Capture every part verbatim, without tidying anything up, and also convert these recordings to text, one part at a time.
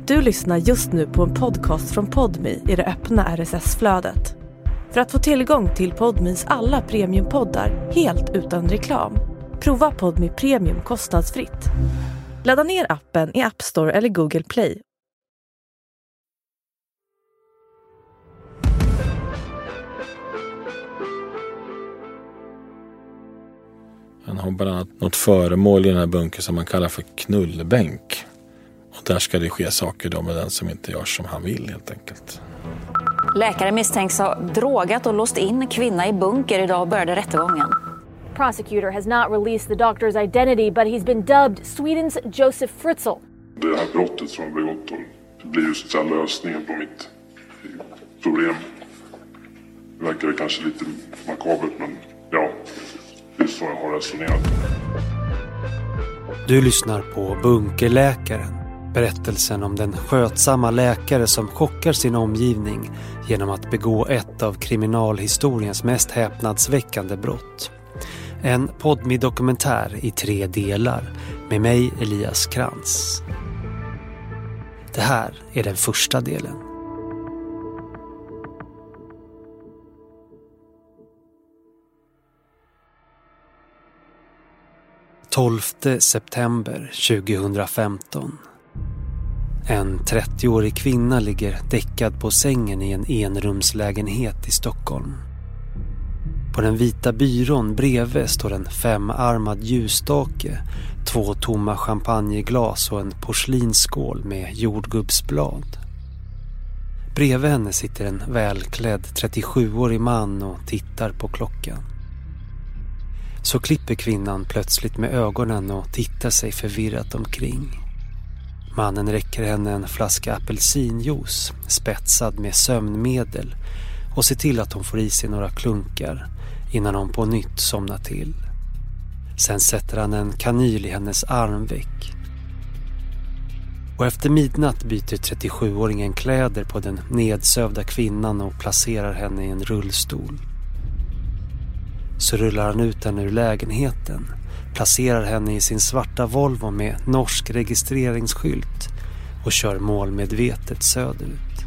Du lyssnar just nu på en podcast från Podmi i det öppna R S S-flödet. För att få tillgång till Podmis alla premiumpoddar helt utan reklam, prova Podmi Premium kostnadsfritt. Ladda ner appen i App Store eller Google Play. Han har bland annat något föremål i den här bunkern som man kallar för knullbänk. Och där ska det ske saker då med den som inte gör som han vill helt enkelt. Läkare misstänks ha drogat och låst in kvinna i bunker. Idag började rättegången. Prosecutor has not released the doctor's identity, but he's been dubbed Sweden's Joseph Fritzl. Det här brottet som har begått, det blir just så lösningen på mitt problem. Det verkar kanske lite makabert, men ja, det är så jag har resonerat. Du lyssnar på Bunkerläkaren. Berättelsen om den skötsamma läkare som chockar sin omgivning genom att begå ett av kriminalhistoriens mest häpnadsväckande brott. En Podmi-dokumentär i tre delar med mig, Elias Krantz. Det här är den första delen. tolfte september tjugohundrafemton. En trettioårig kvinna ligger däckad på sängen i en enrumslägenhet i Stockholm. På den vita byrån bredvid står en femarmad ljusstake, två tomma champagneglas och en porslinsskål med jordgubbsblad. Bredvid henne sitter en välklädd trettiosjuårig man och tittar på klockan. Så klipper kvinnan plötsligt med ögonen och tittar sig förvirrat omkring. Mannen räcker henne en flaska apelsinjuice spetsad med sömnmedel och ser till att hon får i sig några klunkar innan hon på nytt somnar till. Sen sätter han en kanyl i hennes armveck. Och efter midnatt byter trettiosjuåringen kläder på den nedsövda kvinnan och placerar henne i en rullstol. Så rullar han ut henne ur lägenheten, placerar henne i sin svarta Volvo med norsk registreringsskylt och kör målmedvetet söderut.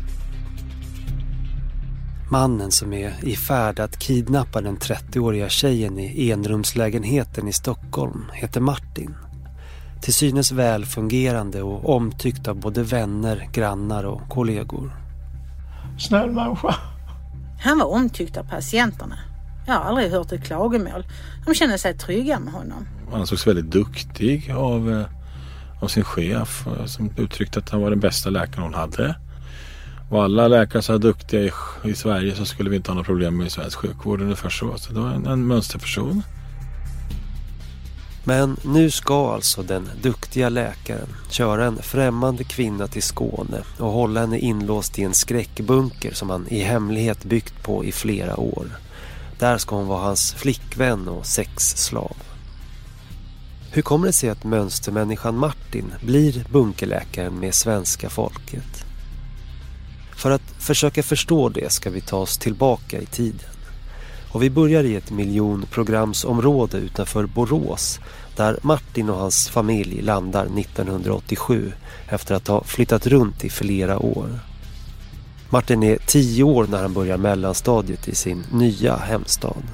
Mannen som är i färd att kidnappa den trettioåriga tjejen i enrumslägenheten i Stockholm heter Martin. Till synes väl fungerande och omtyckt av både vänner, grannar och kollegor. Snäll människa. Han var omtyckt av patienterna. Jag har aldrig hört ett klagomål. De känner sig trygga med honom. Han ansågs väldigt duktig av, av sin chef som uttryckte att han var den bästa läkaren hon hade. Och alla läkare som är duktiga i, i Sverige så skulle vi inte ha några problem med svensk sjukvård ungefär så. Så det var en, en mönsterperson. Men nu ska alltså den duktiga läkaren köra en främmande kvinna till Skåne och hålla henne inlåst i en skräckbunker som han i hemlighet byggt på i flera år. Där ska hon vara hans flickvän och sexslav. Hur kommer det sig att mönstermänniskan Martin blir bunkerläkaren med svenska folket? För att försöka förstå det ska vi ta oss tillbaka i tiden. Och vi börjar i ett miljonprogramsområde utanför Borås där Martin och hans familj landar nittonhundraåttiosju efter att ha flyttat runt i flera år. Martin är tio år när han börjar mellanstadiet i sin nya hemstad.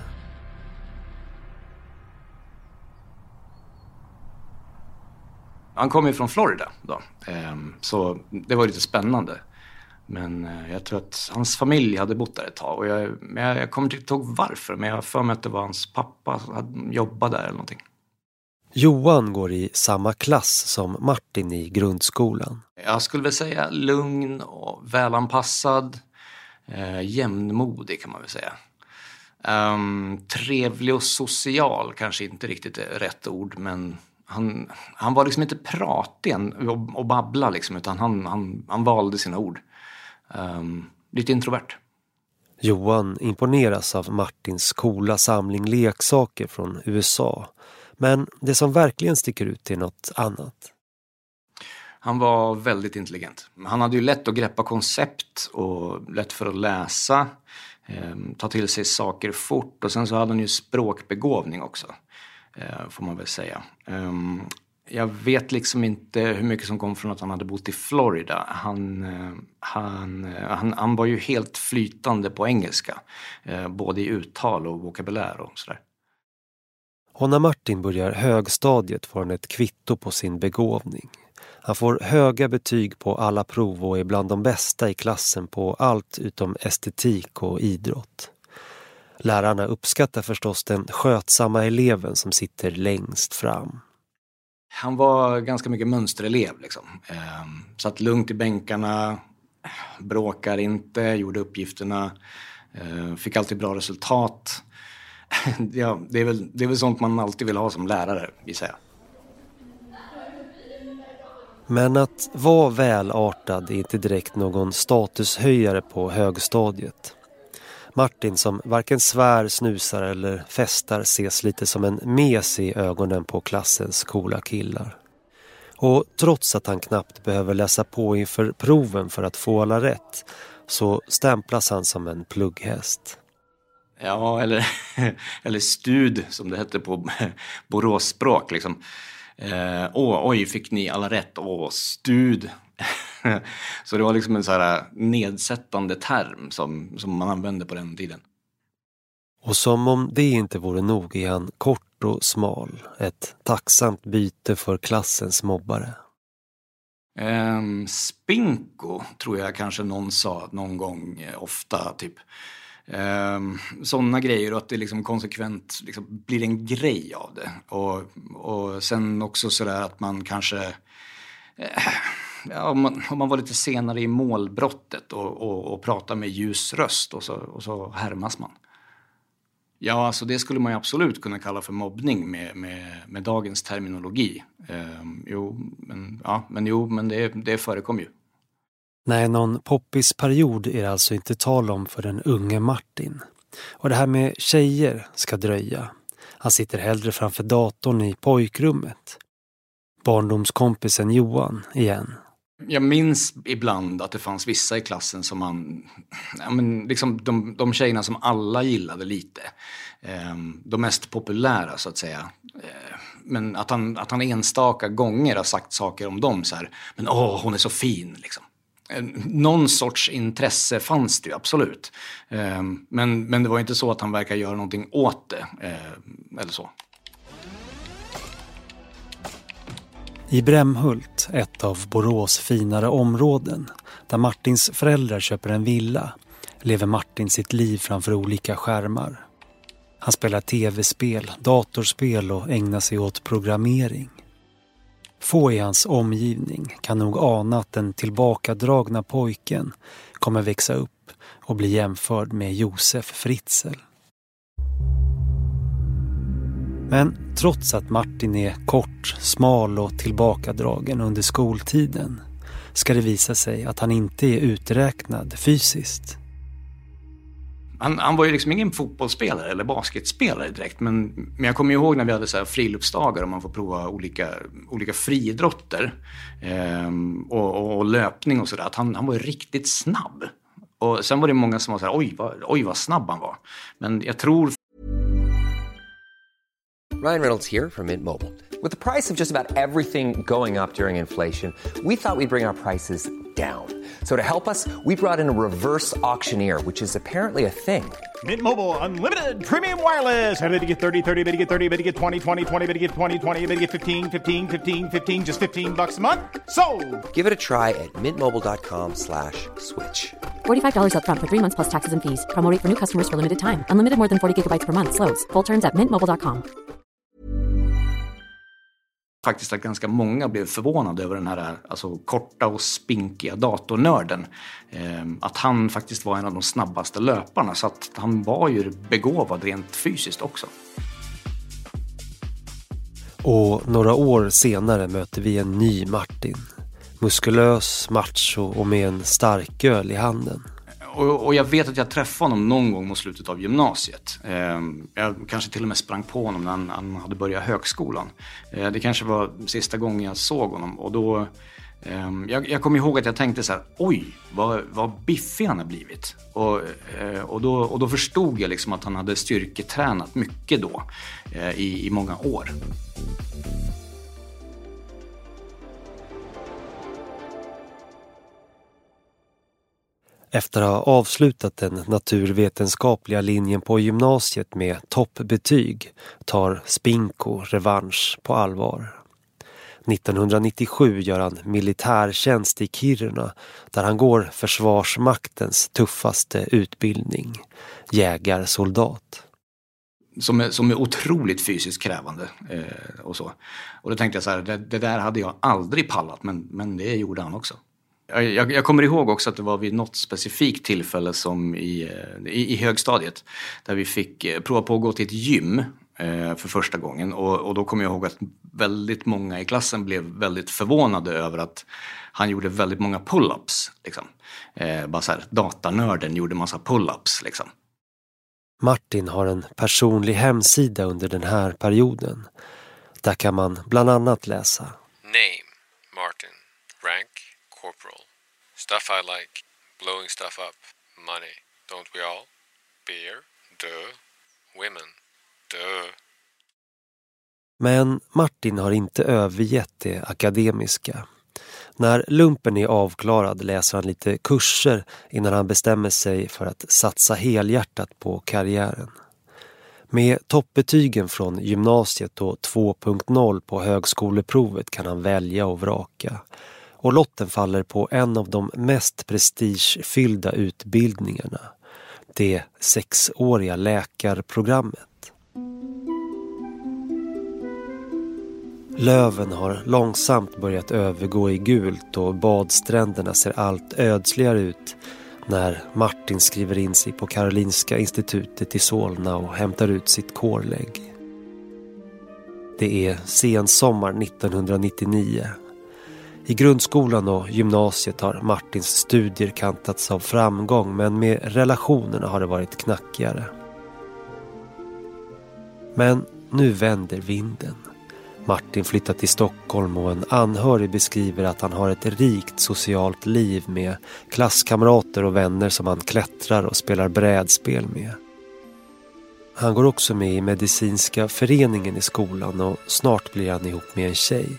Han kommer ju från Florida då, så det var lite spännande. Men jag tror att hans familj hade bott där ett tag. Och jag, jag, jag kommer inte ihåg varför, men jag har för mig att det var hans pappa som hade jobbat där eller någonting. Johan går i samma klass som Martin i grundskolan. Jag skulle väl säga lugn och välanpassad. Eh, jämnmodig kan man väl säga. Um, trevlig och social kanske inte riktigt är rätt ord. Men han, han var liksom inte pratig och, och babbla liksom, utan han, han, han valde sina ord. Um, lite introvert. Johan imponeras av Martins coola samling leksaker från U S A. Men det som verkligen sticker ut är något annat. Han var väldigt intelligent. Han hade ju lätt att greppa koncept och lätt för att läsa. Eh, ta till sig saker fort. Och sen så hade han ju språkbegåvning också. Eh, får man väl säga. Eh, Jag vet liksom inte hur mycket som kom från att han hade bott i Florida. Han, han, han, han var ju helt flytande på engelska. Både i uttal och vokabulär och sådär. Och när Martin börjar högstadiet får han ett kvitto på sin begåvning. Han får höga betyg på alla prov och är bland de bästa i klassen på allt utom estetik och idrott. Lärarna uppskattar förstås den skötsamma eleven som sitter längst fram. Han var ganska mycket mönsterelev liksom. Satt lugnt i bänkarna, bråkar inte, gjorde uppgifterna, fick alltid bra resultat. Ja, det är väl, det är väl sånt man alltid vill ha som lärare, vill säga. Men att vara välartad är inte direkt någon statushöjare på högstadiet. Martin som varken svär, snusar eller festar ses lite som en mes i ögonen på klassens coola killar. Och trots att han knappt behöver läsa på inför proven för att få alla rätt så stämplas han som en plugghäst. Ja, eller, eller stud som det hette på Boråsspråk liksom. Eh, åh, oj, fick ni alla rätt? Åh, stud. Så det var liksom en så här nedsättande term som, som man använde på den tiden. Och som om det inte vore nog är han kort och smal. Ett tacksamt byte för klassens mobbare. Eh, spinko tror jag kanske någon sa någon gång eh, ofta typ. Eh, sådana grejer och att det liksom konsekvent liksom blir en grej av det. Och, och sen också sådär att man kanske... Eh, ja, om, man, om man var lite senare i målbrottet och, och, och pratar med ljus röst och så, och så härmas man. Ja, alltså det skulle man ju absolut kunna kalla för mobbning med, med, med dagens terminologi. Eh, jo, men, ja, men jo, men det, det förekom ju. Nej, någon poppisperiod är det alltså inte tal om för den unge Martin. Och det här med tjejer ska dröja. Han sitter hellre framför datorn i pojkrummet. Barndomskompisen Johan igen. Jag minns ibland att det fanns vissa i klassen som man... Ja, men liksom de, de tjejerna som alla gillade lite. Eh, de mest populära så att säga. Eh, men att han, att han enstaka gånger har sagt saker om dem så här. Men åh, hon är så fin liksom. Någon sorts intresse fanns det ju, absolut. Men, men det var inte så att han verkar göra någonting åt det. Eller så. I Brämhult, ett av Borås finare områden, där Martins föräldrar köper en villa, lever Martin sitt liv framför olika skärmar. Han spelar tv-spel, datorspel och ägnar sig åt programmering. Få i hans omgivning kan nog ana att den tillbakadragna pojken kommer växa upp och bli jämförd med Josef Fritzl. Men trots att Martin är kort, smal och tillbakadragen under skoltiden ska det visa sig att han inte är uträknad fysiskt. Han, han var ju liksom ingen fotbollsspelare eller basketspelare direkt. Men, men jag kommer ihåg när vi hade så här friluftsdagar och man får prova olika, olika friidrotter eh, och, och löpning och sådär. Att han, han var ju riktigt snabb. Och sen var det många som var så här, oj vad, oj vad snabb han var. Men jag tror... Ryan Reynolds here from Mint Mobile. With the price of just about everything going up during inflation, we thought we'd bring our prices down. So to help us, we brought in a reverse auctioneer, which is apparently a thing. Mint Mobile Unlimited Premium Wireless. How to get thirty, thirty, how to get thirty, how to get twenty, twenty, twenty, how to get twenty, twenty, how to get fifteen, fifteen, fifteen, fifteen, just fifteen bucks a month? Sold! Give it a try at mintmobile.com slash switch. forty-five dollars up front for three months plus taxes and fees. Promo rate for new customers for limited time. Unlimited more than forty gigabytes per month. Slows full terms at mint mobile dot com. Faktiskt att ganska många blev förvånade över den här alltså, korta och spinkiga datornörden. Eh, att han faktiskt var en av de snabbaste löparna. Så att han var ju begåvad rent fysiskt också. Och några år senare möter vi en ny Martin. Muskulös, macho och med en stark öl i handen. Och, och jag vet att jag träffade honom någon gång mot slutet av gymnasiet. Eh, jag kanske till och med sprang på honom när han, han hade börjat högskolan. Eh, det kanske var sista gången jag såg honom. Och då, eh, jag, jag kommer ihåg att jag tänkte så här, oj, vad, vad biffig han har blivit. Och, eh, och, då, och då förstod jag liksom att han hade styrketränat mycket då, eh, i, i många år. Efter att ha avslutat den naturvetenskapliga linjen på gymnasiet med toppbetyg tar Spinko revansch på allvar. nittonhundranittiosju gör han militärtjänst i Kiruna där han går Försvarsmaktens tuffaste utbildning, jägarsoldat. Som är, som är otroligt fysiskt krävande eh, och så. Och då tänkte jag så här, det, det där hade jag aldrig pallat, men, men det gjorde han också. Jag, jag kommer ihåg också att det var vid något specifikt tillfälle som i, i, i högstadiet där vi fick prova på att gå till ett gym eh, för första gången. Och, och då kommer jag ihåg att väldigt många i klassen blev väldigt förvånade över att han gjorde väldigt många pull-ups. Liksom. Eh, bara så här, datanörden gjorde massa pull-ups liksom. Martin har en personlig hemsida under den här perioden. Där kan man bland annat läsa: Name, Martin. Rank, corporal. Stuff I like, blowing stuff up. Money, don't we all? Beer, duh. Women, duh. Men Martin har inte övergett det akademiska. När lumpen är avklarad läser han lite kurser innan han bestämmer sig för att satsa helhjärtat på karriären. Med toppbetygen från gymnasiet och två punkt noll på högskoleprovet kan han välja och vraka. Och lotten faller på en av de mest prestigefyllda utbildningarna, det sexåriga läkarprogrammet. Löven har långsamt börjat övergå i gult och badstränderna ser allt ödsligare ut när Martin skriver in sig på Karolinska institutet i Solna och hämtar ut sitt kårlägg. Det är sensommar nittonhundranittionio. I grundskolan och gymnasiet har Martins studier kantats av framgång, men med relationerna har det varit knackigare. Men nu vänder vinden. Martin flyttar till Stockholm och en anhörig beskriver att han har ett rikt socialt liv med klasskamrater och vänner som han klättrar och spelar brädspel med. Han går också med i medicinska föreningen i skolan och snart blir han ihop med en tjej.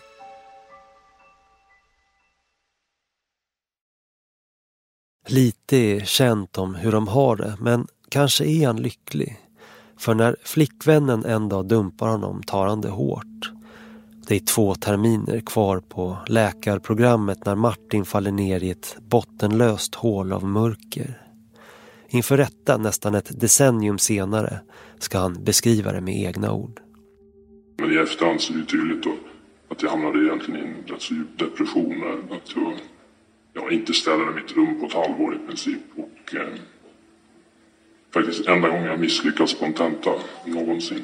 Lite är känt om hur de har det, men kanske är han lycklig. För när flickvännen en dag dumpar honom tar han det hårt. Det är två terminer kvar på läkarprogrammet när Martin faller ner i ett bottenlöst hål av mörker. Inför rätta nästan ett decennium senare ska han beskriva det med egna ord. Men i efterhand så är det tydligt då att jag hamnade egentligen i en rätt så djup depression. Att jag, jag inte ställde mitt rum på ett halvår i princip. Och eh, faktiskt enda gången jag misslyckats på en tenta någonsin.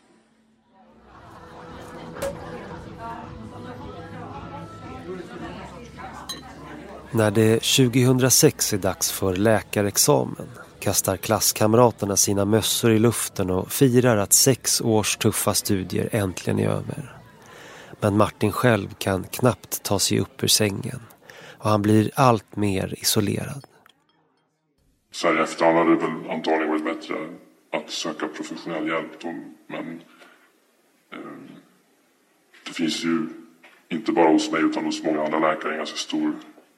När det tjugohundrasex är dags för läkarexamen kastar klasskamraterna sina mössor i luften och firar att sex års tuffa studier äntligen är över. Men Martin själv kan knappt ta sig upp ur sängen och han blir allt mer isolerad. Så här i efterhand hade det väl antagligen varit bättre att söka professionell hjälp då, men eh, det finns ju inte bara hos mig utan hos många andra läkare en ganska stor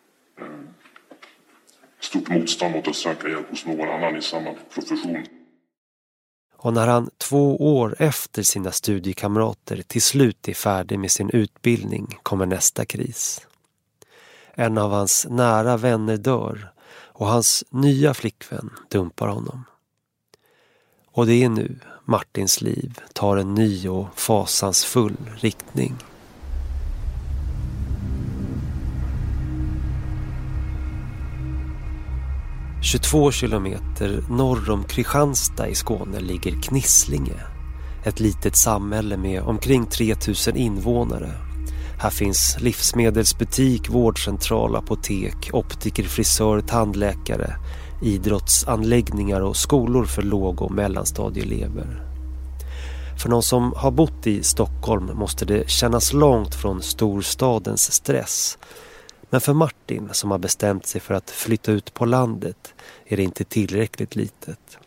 stort motstånd mot att söka hjälp hos någon annan i samma profession. Och när han två år efter sina studiekamrater till slut är färdig med sin utbildning kommer nästa kris. En av hans nära vänner dör och hans nya flickvän dumpar honom. Och det är nu Martins liv tar en ny och fasansfull riktning. tjugotvå kilometer norr om Kristianstad i Skåne ligger Knislinge. Ett litet samhälle med omkring tre tusen invånare. Här finns livsmedelsbutik, vårdcentral, apotek, optiker, frisör, tandläkare, idrottsanläggningar och skolor för låg- och mellanstadieelever. För någon som har bott i Stockholm måste det kännas långt från storstadens stress. Men för Martin, som har bestämt sig för att flytta ut på landet, är det inte tillräckligt litet.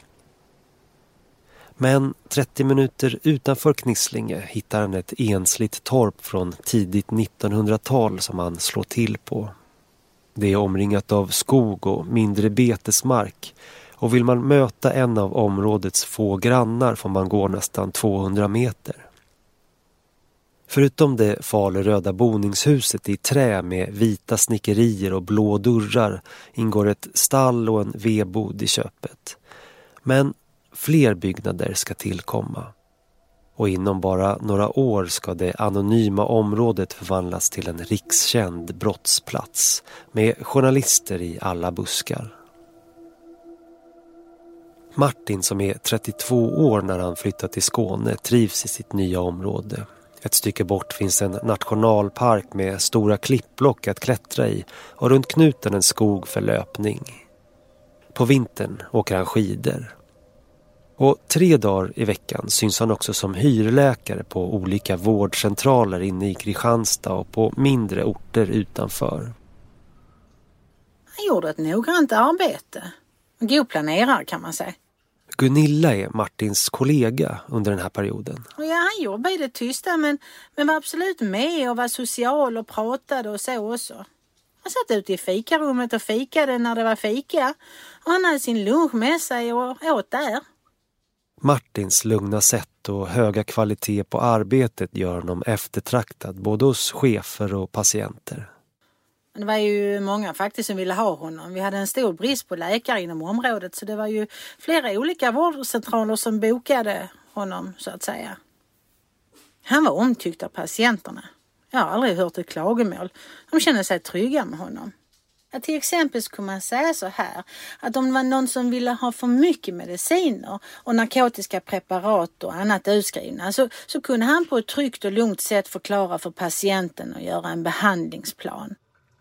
Men trettio minuter utanför Knislinge hittar han ett ensligt torp från tidigt nittonhundratal som han slår till på. Det är omringat av skog och mindre betesmark, och vill man möta en av områdets få grannar får man gå nästan tvåhundra meter. Förutom det faluröda boningshuset i trä med vita snickerier och blå dörrar ingår ett stall och en vedbod i köpet. Men fler byggnader ska tillkomma. Och inom bara några år ska det anonyma området förvandlas till en rikskänd brottsplats med journalister i alla buskar. Martin, som är trettiotvå år när han flyttat till Skåne, trivs i sitt nya område. Ett stycke bort finns en nationalpark med stora klippblock att klättra i och runt knuten en skog för löpning. På vintern åker han skidor. Och tre dagar i veckan syns han också som hyrläkare på olika vårdcentraler inne i Kristianstad och på mindre orter utanför. Han gjorde ett noggrant arbete. En god planerare kan man säga. Gunilla är Martins kollega under den här perioden. Och ja, han jobbade i det tysta men, men var absolut med och var social och pratade och så också. Han satt ute i fikarummet och fikade när det var fika. Och han hade sin lunch med sig och åt där. Martins lugna sätt och höga kvalitet på arbetet gör honom eftertraktad både hos chefer och patienter. Det var ju många faktiskt som ville ha honom. Vi hade en stor brist på läkare inom området så det var ju flera olika vårdcentraler som bokade honom så att säga. Han var omtyckt av patienterna. Jag har aldrig hört ett klagomål. De kände sig trygga med honom. Ja, till exempel skulle man säga så här att om det var någon som ville ha för mycket mediciner och narkotiska preparat och annat utskrivna så, så kunde han på ett tryggt och lugnt sätt förklara för patienten och göra en behandlingsplan.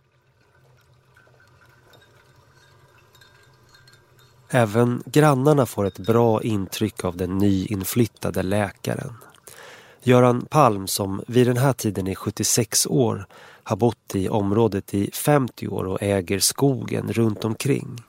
Även grannarna får ett bra intryck av den nyinflyttade läkaren. Göran Palm, som vid den här tiden är sjuttiosex år, har bott i området i femtio år och äger skogen runt omkring.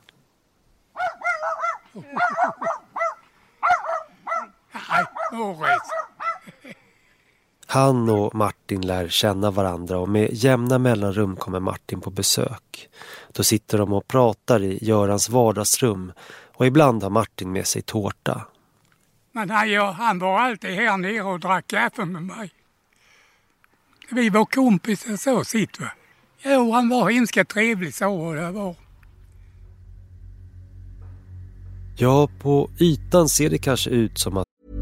Han och Martin lär känna varandra och med jämna mellanrum kommer Martin på besök. Då sitter de och pratar i Görans vardagsrum och ibland har Martin med sig tårta. Men han, ja, han var alltid här nere och drack kaffe med mig. Vi var kompisar så sitt va. Jo, han var ganska trevlig så det var. Ja, på ytan ser det kanske ut som att...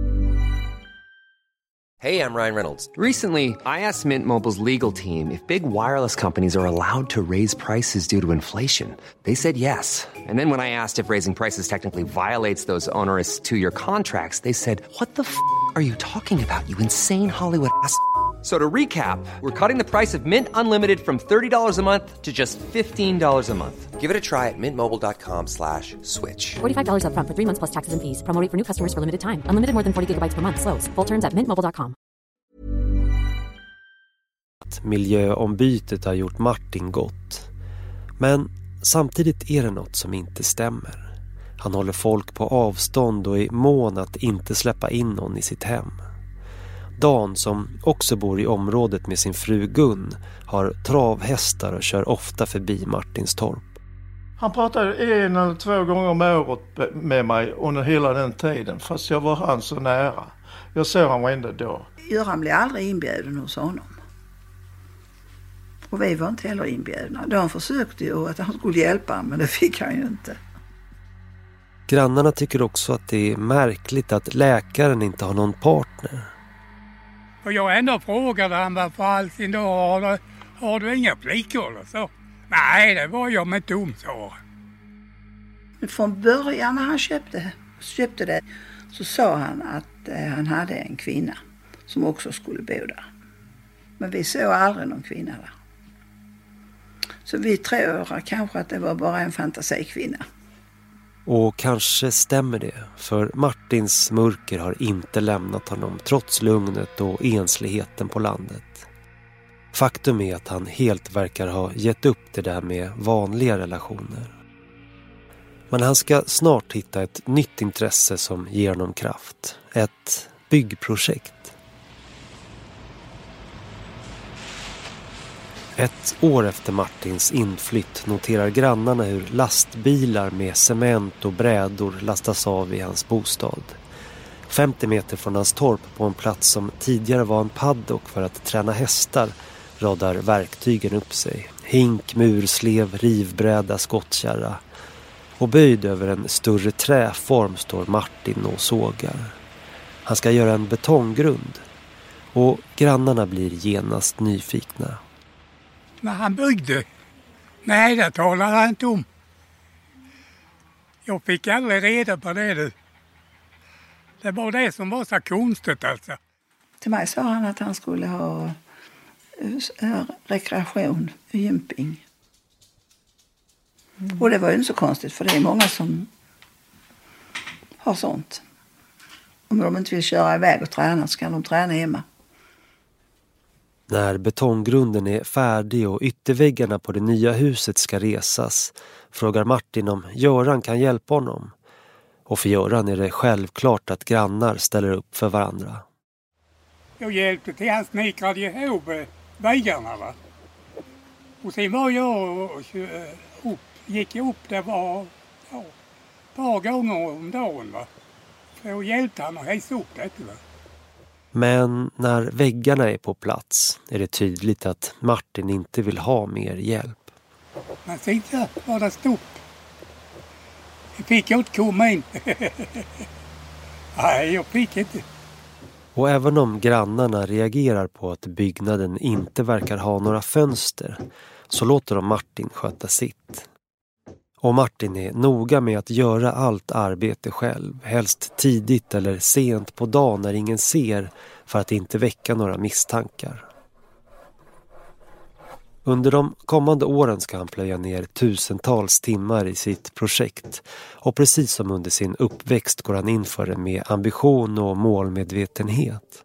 Hey, I'm Ryan Reynolds. Recently, I asked Mint Mobile's legal team if big wireless companies are allowed to raise prices due to inflation. They said yes. And then when I asked if raising prices technically violates those onerous two-year contracts, they said, what the f*** are you talking about, you insane Hollywood ass f- So to recap, we're cutting the price of Mint Unlimited from thirty dollars a month to just fifteen dollars a month. Give it a try at mintmobile.com slash switch. forty-five dollars up front for three months plus taxes and fees. Promo rate for new customers for limited time. Unlimited more than forty gigabytes per month. Slows full terms at mint mobile dot com. Miljöombytet har gjort Martin gott. Men samtidigt är det något som inte stämmer. Han håller folk på avstånd och är mån att inte släppa in någon i sitt hem. Dan, som också bor i området med sin fru Gun, har travhästar och kör ofta förbi Martinstorp. Han pratade en eller två gånger om året med mig under hela den tiden, fast jag var han så nära. Jag såg han varenda dag. Göran blev aldrig inbjuden hos honom. Och vi var inte heller inbjudna. Dan försökte ju att han skulle hjälpa, men det fick han ju inte. Grannarna tycker också att det är märkligt att läkaren inte har någon partner. Och jag ändå frågade han varför all sin dag har du, har du inga flickor eller så? Nej, det var jag med tom, sa han. Från början när han köpte, köpte det så sa han att eh, han hade en kvinna som också skulle bo där. Men vi såg aldrig någon kvinna där. Så vi tror kanske att det var bara en fantasikvinna. Och kanske stämmer det, för Martins mörker har inte lämnat honom trots lugnet och ensligheten på landet. Faktum är att han helt verkar ha gett upp det där med vanliga relationer. Men han ska snart hitta ett nytt intresse som ger honom kraft. Ett byggprojekt. Ett år efter Martins inflytt noterar grannarna hur lastbilar med cement och brädor lastas av i hans bostad. femtio meter från hans torp på en plats som tidigare var en paddock för att träna hästar radar verktygen upp sig. Hink, murslev, rivbräda, skottkärra. Och böjd över en större träform står Martin och sågar. Han ska göra en betonggrund. Och grannarna blir genast nyfikna. När han byggde? Nej, det talade han inte om. Jag fick aldrig reda på det. Du. Det var det som var så konstigt alltså. Till mig sa han att han skulle ha uh, rekreation, gymping. Mm. Och det var ju inte så konstigt, för det är många som har sånt. Om de inte vill köra iväg och träna så kan de träna hemma. När betonggrunden är färdig och ytterväggarna på det nya huset ska resas frågar Martin om Göran kan hjälpa honom. Och för Göran är det självklart att grannar ställer upp för varandra. Jag hjälpte till, han snickrade ihop väggarna va. Och sen var jag och upp, gick jag upp där var ja, ett par gånger om dagen va. Så hjälpte han att hejsa upp detta va. Men när väggarna är på plats är det tydligt att Martin inte vill ha mer hjälp. Men titta var det stopp. Jag fick inte komma in. Nej, jag fick inte. Och även om grannarna reagerar på att byggnaden inte verkar ha några fönster så låter de Martin sköta sitt. Och Martin är noga med att göra allt arbete själv, helst tidigt eller sent på dagen när ingen ser för att inte väcka några misstankar. Under de kommande åren ska han plöja ner tusentals timmar i sitt projekt och precis som under sin uppväxt går han in för det med ambition och målmedvetenhet.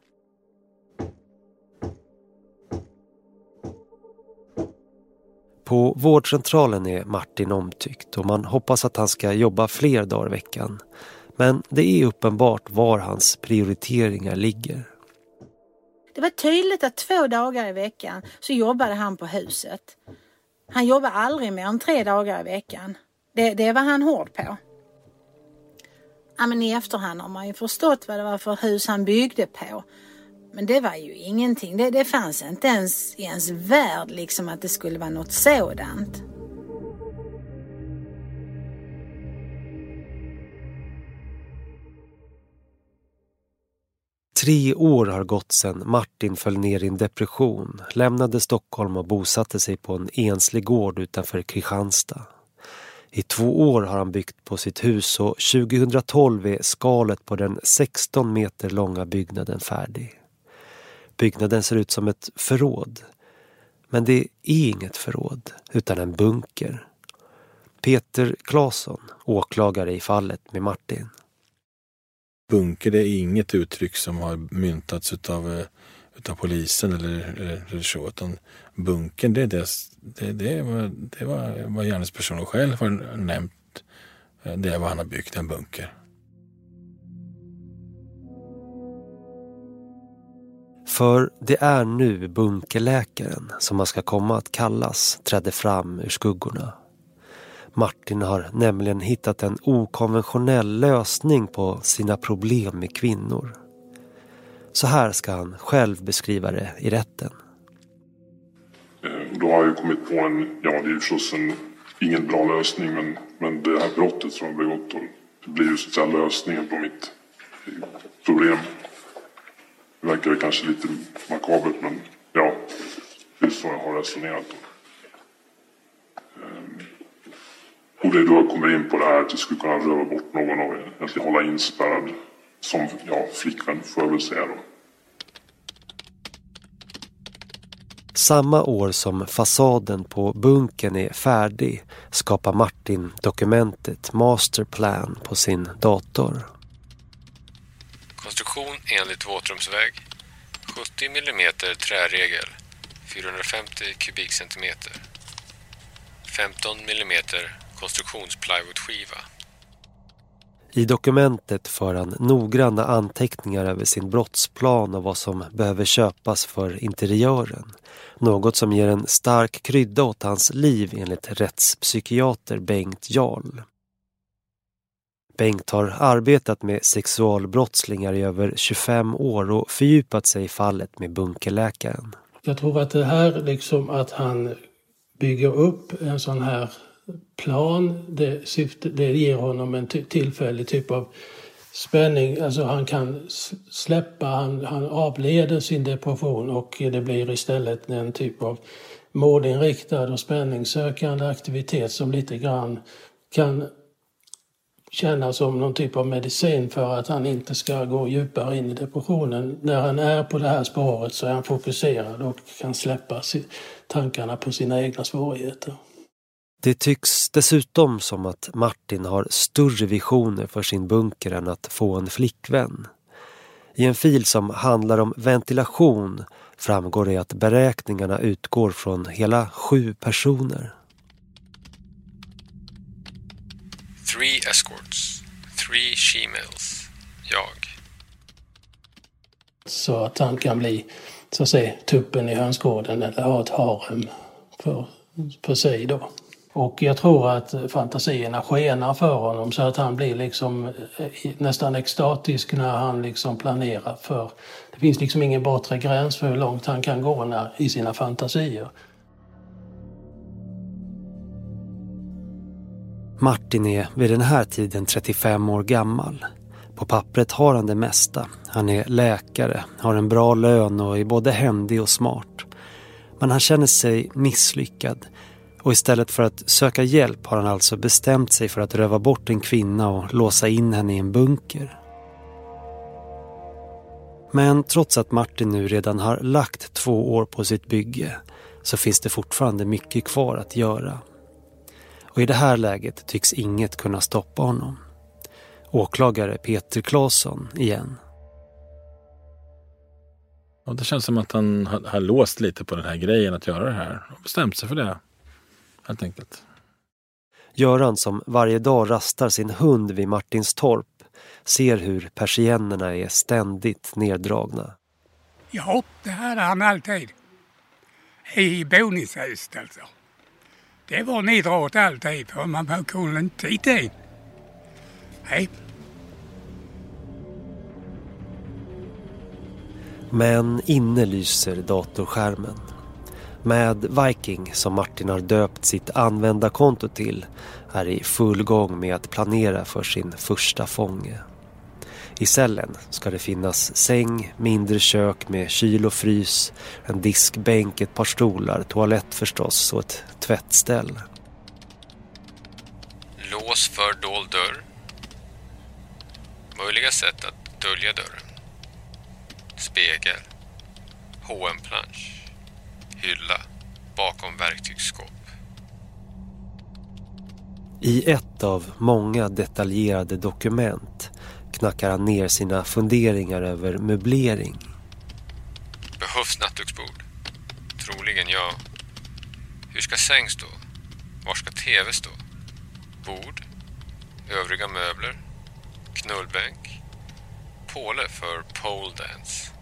På vårdcentralen är Martin omtyckt och man hoppas att han ska jobba fler dagar i veckan. Men det är uppenbart var hans prioriteringar ligger. Det var tydligt att två dagar i veckan så jobbade han på huset. Han jobbade aldrig mer än tre dagar i veckan. Det, det var han hård på. Ja, men i efterhand har man ju förstått vad det var för hus han byggde på. Men det var ju ingenting. Det, det fanns inte ens i ens värld liksom att det skulle vara något sådant. Tre år har gått sedan Martin föll ner i en depression, lämnade Stockholm och bosatte sig på en enslig gård utanför Kristianstad. I två år har han byggt på sitt hus och tjugohundratolv är skalet på den sexton meter långa byggnaden färdig. Byggnaden ser ut som ett förråd. Men det är inget förråd utan en bunker. Peter Claesson, åklagare i fallet med Martin. Bunker, det är inget uttryck som har myntats utav, utav polisen eller, eller så. Utan bunkern, det är det, det, det, var, det var vad gärningspersonen själv har nämnt. Det är vad han har byggt, en bunker. För det är nu bunkerläkaren som man ska komma att kallas trädde fram ur skuggorna. Martin har nämligen hittat en okonventionell lösning på sina problem med kvinnor. Så här ska han själv beskriva det i rätten. Då har jag kommit på en, ja det är ju förstås en, ingen bra lösning men, men det här brottet som jag begått det blir just den lösningen på mitt problem. Det verkar kanske lite makabert men ja, det är så jag har resonerat om. Och det är då jag kommer in på det här att jag skulle kunna röva bort någon av er. Att jag hålla inspärrad som ja, flickvän får jag väl säga då. Samma år som fasaden på bunkern är färdig skapar Martin dokumentet Masterplan på sin dator. Konstruktion enligt våtrumsvägg. sjuttio millimeter träregel. fyrahundrafemtio kubikcentimeter. femton millimeter konstruktionsplywoodskiva. I dokumentet för han noggranna anteckningar över sin brottsplan och vad som behöver köpas för interiören. Något som ger en stark krydda åt hans liv enligt rättspsykiater Bengt Jarl. Bengt har arbetat med sexualbrottslingar i över tjugofem år och fördjupat sig i fallet med bunkerläkaren. Jag tror att det här liksom att han bygger upp en sån här plan, det, syfte, det ger honom en ty- tillfällig typ av spänning. Alltså han kan släppa, han, han avleder sin depression och det blir istället en typ av målinriktad och spänningssökande aktivitet som lite grann kan kännas som någon typ av medicin för att han inte ska gå djupare in i depressionen. När han är på det här spåret så är han fokuserad och kan släppa tankarna på sina egna svårigheter. Det tycks dessutom som att Martin har större visioner för sin bunker än att få en flickvän. I en fil som handlar om ventilation framgår det att beräkningarna utgår från hela sju personer. Three escorts, three she-males, jag. Så att han kan bli, så att säga, tuppen i hönsgården eller ha ett harem för, för sig då. Och jag tror att fantasierna skenar för honom så att han blir liksom nästan extatisk när han liksom planerar för. Det finns liksom ingen bortre gräns för hur långt han kan gå när, i sina fantasier. Martin är vid den här tiden trettiofem år gammal. På pappret har han det mesta. Han är läkare, har en bra lön och är både händig och smart. Men han känner sig misslyckad. Och istället för att söka hjälp har han alltså bestämt sig för att röva bort en kvinna och låsa in henne i en bunker. Men trots att Martin nu redan har lagt två år på sitt bygge så finns det fortfarande mycket kvar att göra. Och i det här läget tycks inget kunna stoppa honom. Åklagare Peter Claesson igen. Och det känns som att han har, har låst lite på den här grejen att göra det här. Och bestämt sig för det. Helt enkelt. Göran, som varje dag rastar sin hund vid Martins torp, ser hur persiennerna är ständigt neddragna. Ja, det hade han alltid. I boningshuset alltså. Det var neddraget alltid för man kunde inte titta in. Nej. Men inne lyser datorskärmen. Med Viking, som Martin har döpt sitt användarkonto till, är i full gång med att planera för sin första fånge. I cellen ska det finnas säng, mindre kök med kyl och frys, en diskbänk, ett par stolar, toalett förstås och ett tvättställ. Lås för dold dörr. Möjliga sätt att dölja dörren. Spegel. H och M-plansch. Hylla bakom verktygsskåp. I ett av många detaljerade dokument knackar han ner sina funderingar över möblering. Behövs nattduksbord? Troligen ja. Hur ska säng stå? Var ska tv stå? Bord? Övriga möbler? Knullbänk? Påle för pole dance.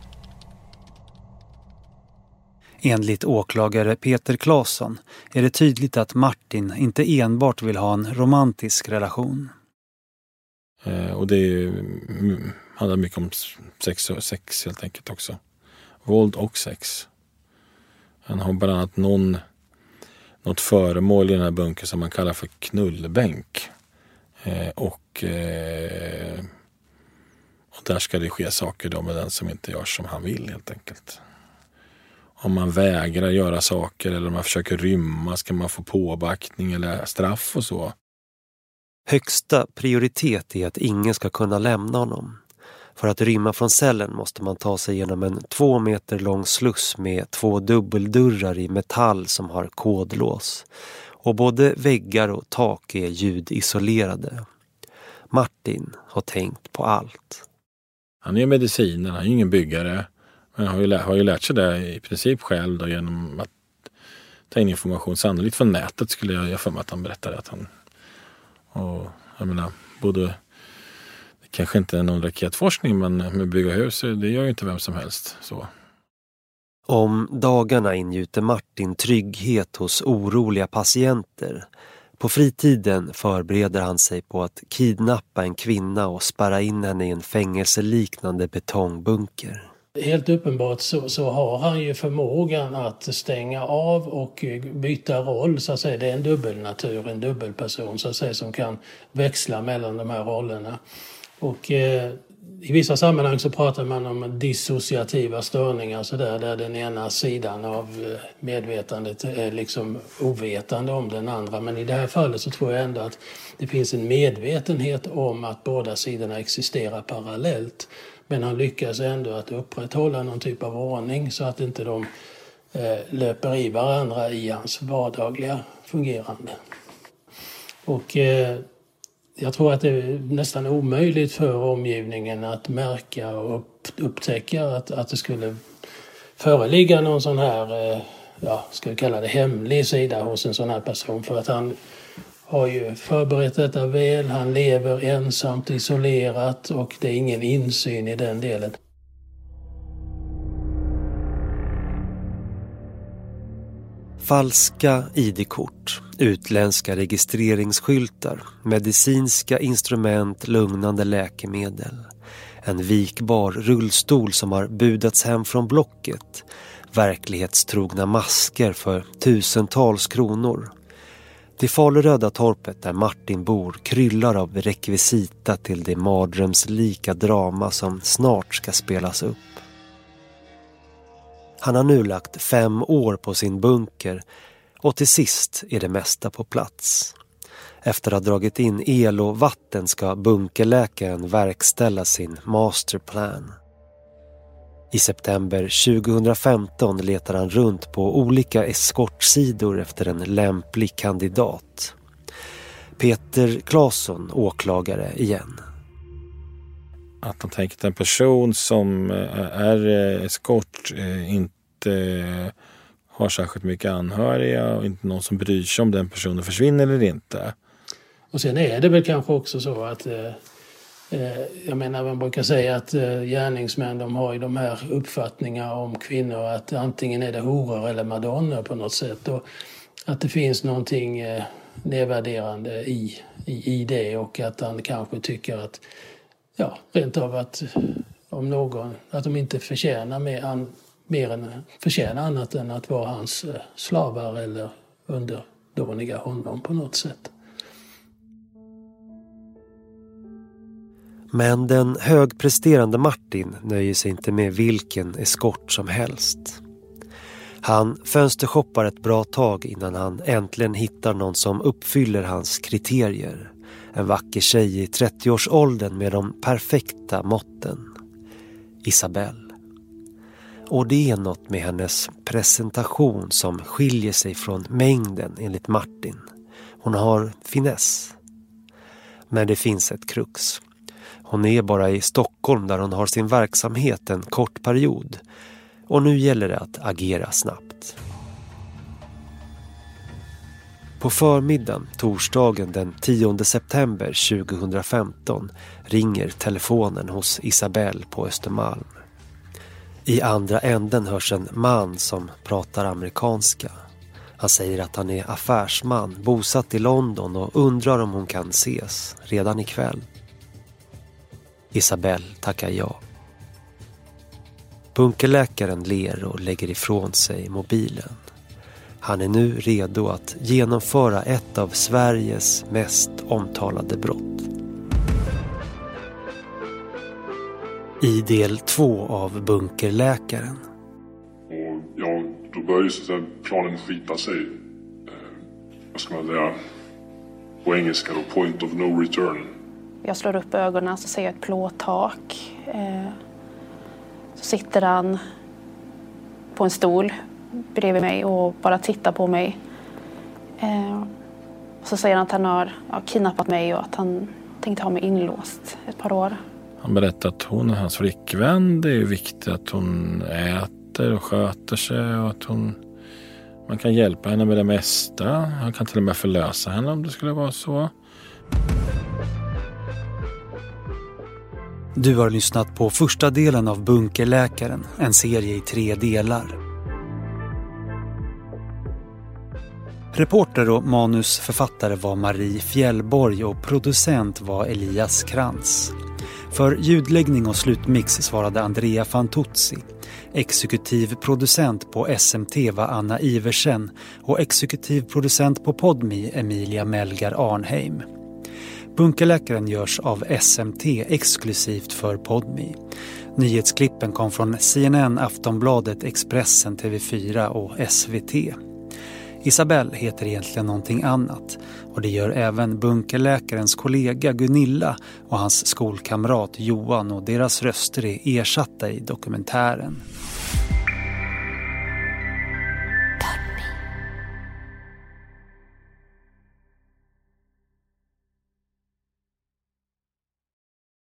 Enligt åklagare Peter Claesson är det tydligt att Martin inte enbart vill ha en romantisk relation. Eh, och det är ju, handlar mycket om sex och sex helt enkelt också. Våld och sex. Han har bland annat någon, något föremål i den här bunkern som man kallar för knullbänk. Eh, och, eh, och där ska det ske saker då med den som inte gör som han vill helt enkelt. Om man vägrar göra saker eller om man försöker rymma ska man få påbackning eller straff och så. Högsta prioritet är att ingen ska kunna lämna honom. För att rymma från cellen måste man ta sig genom en två meter lång sluss med två dubbeldörrar i metall som har kodlås. Och både väggar och tak är ljudisolerade. Martin har tänkt på allt. Han är mediciner, han är ingen byggare. Men har ju, lä- har ju lärt sig det i princip själv då, genom att ta in information. Sannolikt från nätet skulle jag, jag för mig att han berättade att han... Och jag menar, både kanske inte är någon raketforskning, men med bygga hus, det gör ju inte vem som helst så. Om dagarna ingjuter Martin trygghet hos oroliga patienter. På fritiden förbereder han sig på att kidnappa en kvinna och spärra in henne i en fängelseliknande betongbunker. Helt uppenbart så, så har han ju förmågan att stänga av och byta roll, så att säga. Det är en dubbelnatur, en dubbelperson så att säga, som kan växla mellan de här rollerna. Och eh, i vissa sammanhang så pratar man om dissociativa störningar så där, där den ena sidan av medvetandet är liksom ovetande om den andra. Men i det här fallet så tror jag ändå att det finns en medvetenhet om att båda sidorna existerar parallellt. Men han lyckas ändå att upprätthålla någon typ av ordning så att inte de eh, löper i varandra i hans vardagliga fungerande. Och eh, jag tror att det är nästan omöjligt för omgivningen att märka och upp, upptäcka att, att det skulle föreligga någon sån här, eh, ja, ska vi kalla det hemlig sida hos en sån här person. För att han har ju förberett detta väl, han lever ensamt, isolerat och det är ingen insyn i den delen. Falska I D-kort, utländska registreringsskyltar, medicinska instrument, lugnande läkemedel. En vikbar rullstol som har budats hem från Blocket. Verklighetstrogna masker för tusentals kronor. Det faluröda torpet där Martin bor kryllar av rekvisita till det mardrömslika drama som snart ska spelas upp. Han har nu lagt fem år på sin bunker och till sist är det mesta på plats. Efter att ha dragit in el och vatten ska bunkerläkaren verkställa sin masterplan. I september tjugohundrafemton letar han runt på olika eskortsidor efter en lämplig kandidat. Peter Claesson, åklagare igen. Att han tänker att en person som är eskort inte har särskilt mycket anhöriga och inte någon som bryr sig om den personen försvinner eller inte. Och sen är det väl kanske också så att eh, jag menar, man brukar säga att eh, gärningsmän, de har ju de här uppfattningar om kvinnor att antingen är det horor eller madonnor på något sätt, och att det finns någonting eh, nedvärderande i, i, i det, och att han kanske tycker att ja, rent av att om någon, att de inte förtjänar mer, an, mer än förtjänar annat än att vara hans eh, slavar eller underdåniga honom på något sätt. Men den högpresterande Martin nöjer sig inte med vilken eskort som helst. Han fönstershoppar ett bra tag innan han äntligen hittar någon som uppfyller hans kriterier. En vacker tjej i trettioårsåldern med de perfekta måtten. Isabelle. Och det är något med hennes presentation som skiljer sig från mängden enligt Martin. Hon har finess. Men det finns ett krux. Hon är bara i Stockholm där hon har sin verksamhet en kort period. Och nu gäller det att agera snabbt. På förmiddagen, torsdagen den tionde september tjugohundrafemton, ringer telefonen hos Isabelle på Östermalm. I andra änden hörs en man som pratar amerikanska. Han säger att han är affärsman, bosatt i London och undrar om hon kan ses redan ikväll. Isabelle tackar ja. Bunkerläkaren ler och lägger ifrån sig mobilen. Han är nu redo att genomföra ett av Sveriges mest omtalade brott. I del två av Bunkerläkaren. Och ja, då börjar ju så planen skita sig. Eh, vad ska man säga? På engelska då, point of no return. Jag slår upp ögonen så ser jag ett plåttak. Eh, så sitter han på en stol bredvid mig och bara tittar på mig. Eh, så säger han att han har ja, kidnappat mig och att han tänkte ha mig inlåst ett par år. Han berättar att hon är hans flickvän. Det är viktigt att hon äter och sköter sig och att hon, man kan hjälpa henne med det mesta. Han kan till och med förlösa henne om det skulle vara så. Du har lyssnat på första delen av Bunkerläkaren, en serie i tre delar. Reporter och manusförfattare var Marie Fjällborg och producent var Elias Krantz. För ljudläggning och slutmix svarade Andrea Fantuzzi. Exekutiv producent på S M T var Anna Iversen och exekutiv producent på Podme Emilia Melgar Arnheim. Bunkerläkaren görs av S M T exklusivt för Podme. Nyhetsklippen kom från C N N, Aftonbladet, Expressen, T V fyra och S V T. Isabelle heter egentligen någonting annat och det gör även Bunkerläkarens kollega Gunilla och hans skolkamrat Johan, och deras röster är ersatta i dokumentären.